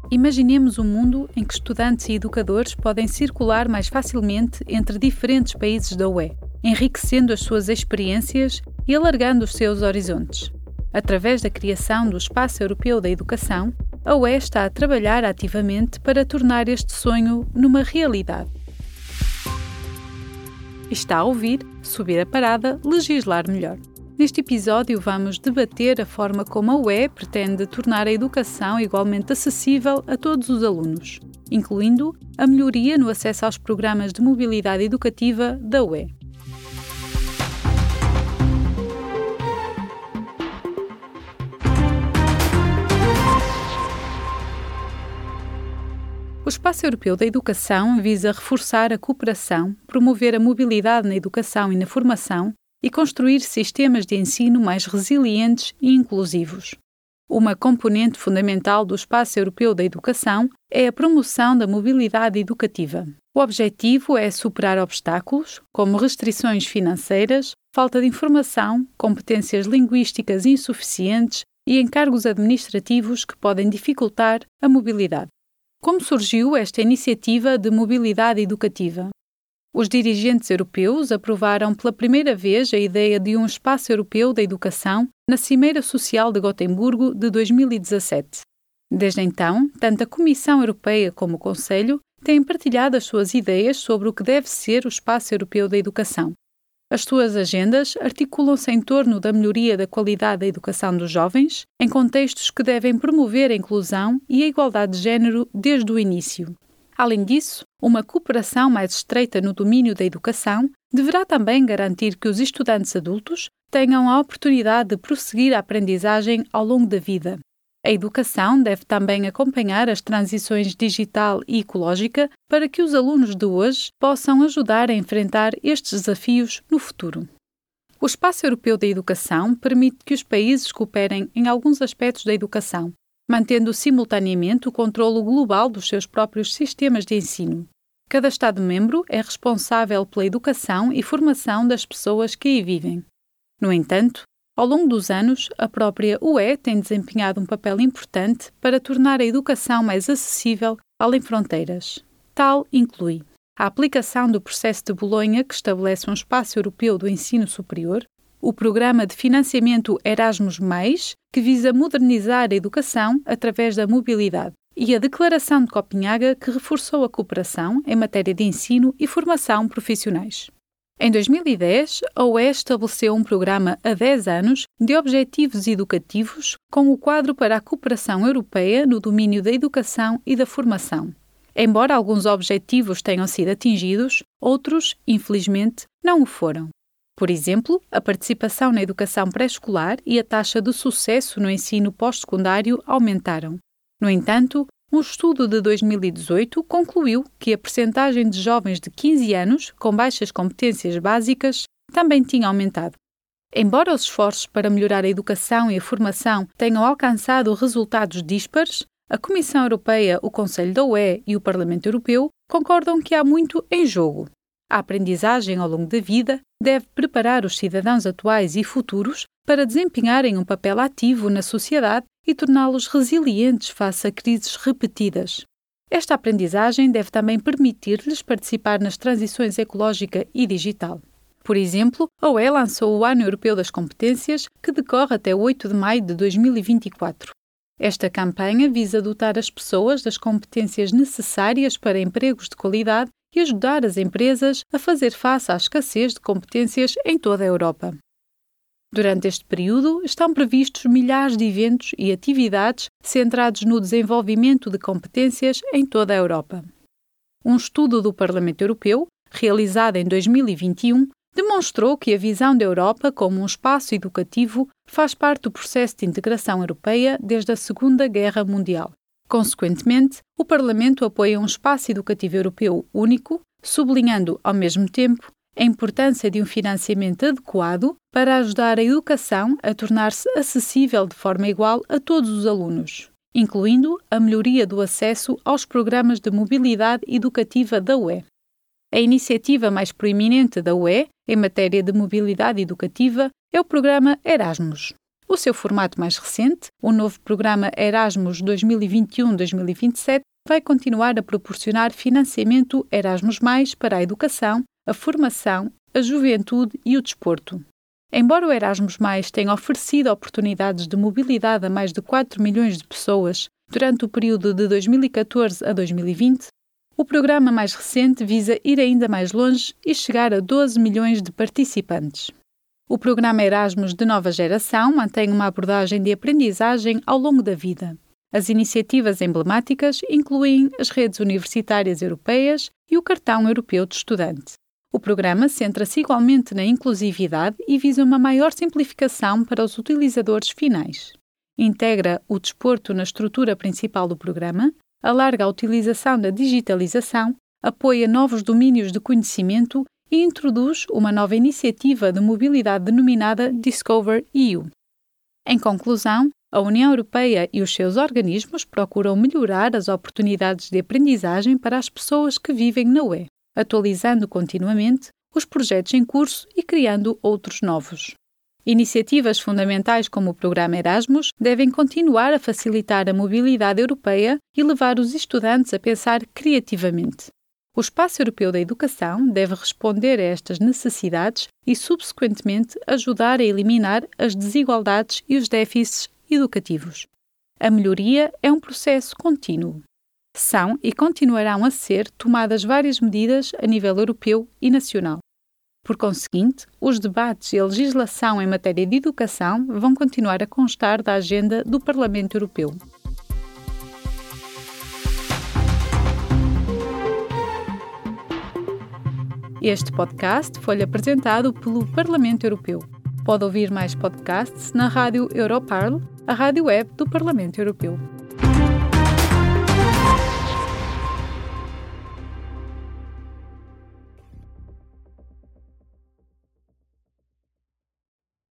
Imaginemos um mundo em que estudantes e educadores podem circular mais facilmente entre diferentes países da UE, enriquecendo as suas experiências e alargando os seus horizontes. Através da criação do Espaço Europeu da Educação, a UE está a trabalhar ativamente para tornar este sonho numa realidade. Está a ouvir Subir a Parada, Legislar Melhor. Neste episódio vamos debater a forma como a UE pretende tornar a educação igualmente acessível a todos os alunos, incluindo a melhoria no acesso aos programas de mobilidade educativa da UE. O Espaço Europeu da Educação visa reforçar a cooperação, promover a mobilidade na educação e na formação e construir sistemas de ensino mais resilientes e inclusivos. Uma componente fundamental do Espaço Europeu da Educação é a promoção da mobilidade educativa. O objetivo é superar obstáculos, como restrições financeiras, falta de informação, competências linguísticas insuficientes e encargos administrativos que podem dificultar a mobilidade. Como surgiu esta iniciativa de mobilidade educativa? Os dirigentes europeus aprovaram pela primeira vez a ideia de um Espaço Europeu da Educação na Cimeira Social de Gotemburgo de 2017. Desde então, tanto a Comissão Europeia como o Conselho têm partilhado as suas ideias sobre o que deve ser o Espaço Europeu da Educação. As suas agendas articulam-se em torno da melhoria da qualidade da educação dos jovens, em contextos que devem promover a inclusão e a igualdade de género desde o início. Além disso, uma cooperação mais estreita no domínio da educação deverá também garantir que os estudantes adultos tenham a oportunidade de prosseguir a aprendizagem ao longo da vida. A educação deve também acompanhar as transições digital e ecológica para que os alunos de hoje possam ajudar a enfrentar estes desafios no futuro. O Espaço Europeu da Educação permite que os países cooperem em alguns aspectos da educação, mantendo simultaneamente o controlo global dos seus próprios sistemas de ensino. Cada Estado-membro é responsável pela educação e formação das pessoas que aí vivem. No entanto, ao longo dos anos, a própria UE tem desempenhado um papel importante para tornar a educação mais acessível além fronteiras. Tal inclui a aplicação do processo de Bolonha, que estabelece um espaço europeu do ensino superior, o Programa de Financiamento Erasmus+, que visa modernizar a educação através da mobilidade, e a Declaração de Copenhaga, que reforçou a cooperação em matéria de ensino e formação profissionais. Em 2010, a UE estabeleceu um programa a 10 anos de objetivos educativos com o quadro para a cooperação europeia no domínio da educação e da formação. Embora alguns objetivos tenham sido atingidos, outros, infelizmente, não o foram. Por exemplo, a participação na educação pré-escolar e a taxa de sucesso no ensino pós-secundário aumentaram. No entanto, um estudo de 2018 concluiu que a percentagem de jovens de 15 anos com baixas competências básicas também tinha aumentado. Embora os esforços para melhorar a educação e a formação tenham alcançado resultados díspares, a Comissão Europeia, o Conselho da UE e o Parlamento Europeu concordam que há muito em jogo. A aprendizagem ao longo da vida deve preparar os cidadãos atuais e futuros para desempenharem um papel ativo na sociedade e torná-los resilientes face a crises repetidas. Esta aprendizagem deve também permitir-lhes participar nas transições ecológica e digital. Por exemplo, a UE lançou o Ano Europeu das Competências, que decorre até 8 de maio de 2024. Esta campanha visa dotar as pessoas das competências necessárias para empregos de qualidade e ajudar as empresas a fazer face à escassez de competências em toda a Europa. Durante este período, estão previstos milhares de eventos e atividades centrados no desenvolvimento de competências em toda a Europa. Um estudo do Parlamento Europeu, realizado em 2021, demonstrou que a visão da Europa como um espaço educativo faz parte do processo de integração europeia desde a Segunda Guerra Mundial. Consequentemente, o Parlamento apoia um espaço educativo europeu único, sublinhando, ao mesmo tempo, a importância de um financiamento adequado para ajudar a educação a tornar-se acessível de forma igual a todos os alunos, incluindo a melhoria do acesso aos programas de mobilidade educativa da UE. A iniciativa mais proeminente da UE em matéria de mobilidade educativa é o programa Erasmus. O seu formato mais recente, o novo programa Erasmus 2021-2027, vai continuar a proporcionar financiamento Erasmus+ para a educação, a formação, a juventude e o desporto. Embora o Erasmus+ tenha oferecido oportunidades de mobilidade a mais de 4 milhões de pessoas durante o período de 2014 a 2020, o programa mais recente visa ir ainda mais longe e chegar a 12 milhões de participantes. O programa Erasmus de nova geração mantém uma abordagem de aprendizagem ao longo da vida. As iniciativas emblemáticas incluem as redes universitárias europeias e o Cartão Europeu de Estudante. O programa centra-se igualmente na inclusividade e visa uma maior simplificação para os utilizadores finais. Integra o desporto na estrutura principal do programa, alarga a utilização da digitalização, apoia novos domínios de conhecimento e introduz uma nova iniciativa de mobilidade denominada Discover EU. Em conclusão, a União Europeia e os seus organismos procuram melhorar as oportunidades de aprendizagem para as pessoas que vivem na UE, atualizando continuamente os projetos em curso e criando outros novos. Iniciativas fundamentais como o programa Erasmus devem continuar a facilitar a mobilidade europeia e levar os estudantes a pensar criativamente. O Espaço Europeu da Educação deve responder a estas necessidades e, subsequentemente, ajudar a eliminar as desigualdades e os déficits educativos. A melhoria é um processo contínuo. São e continuarão a ser tomadas várias medidas a nível europeu e nacional. Por conseguinte, os debates e a legislação em matéria de educação vão continuar a constar da agenda do Parlamento Europeu. Este podcast foi apresentado pelo Parlamento Europeu. Pode ouvir mais podcasts na Rádio Europarl, a rádio web do Parlamento Europeu.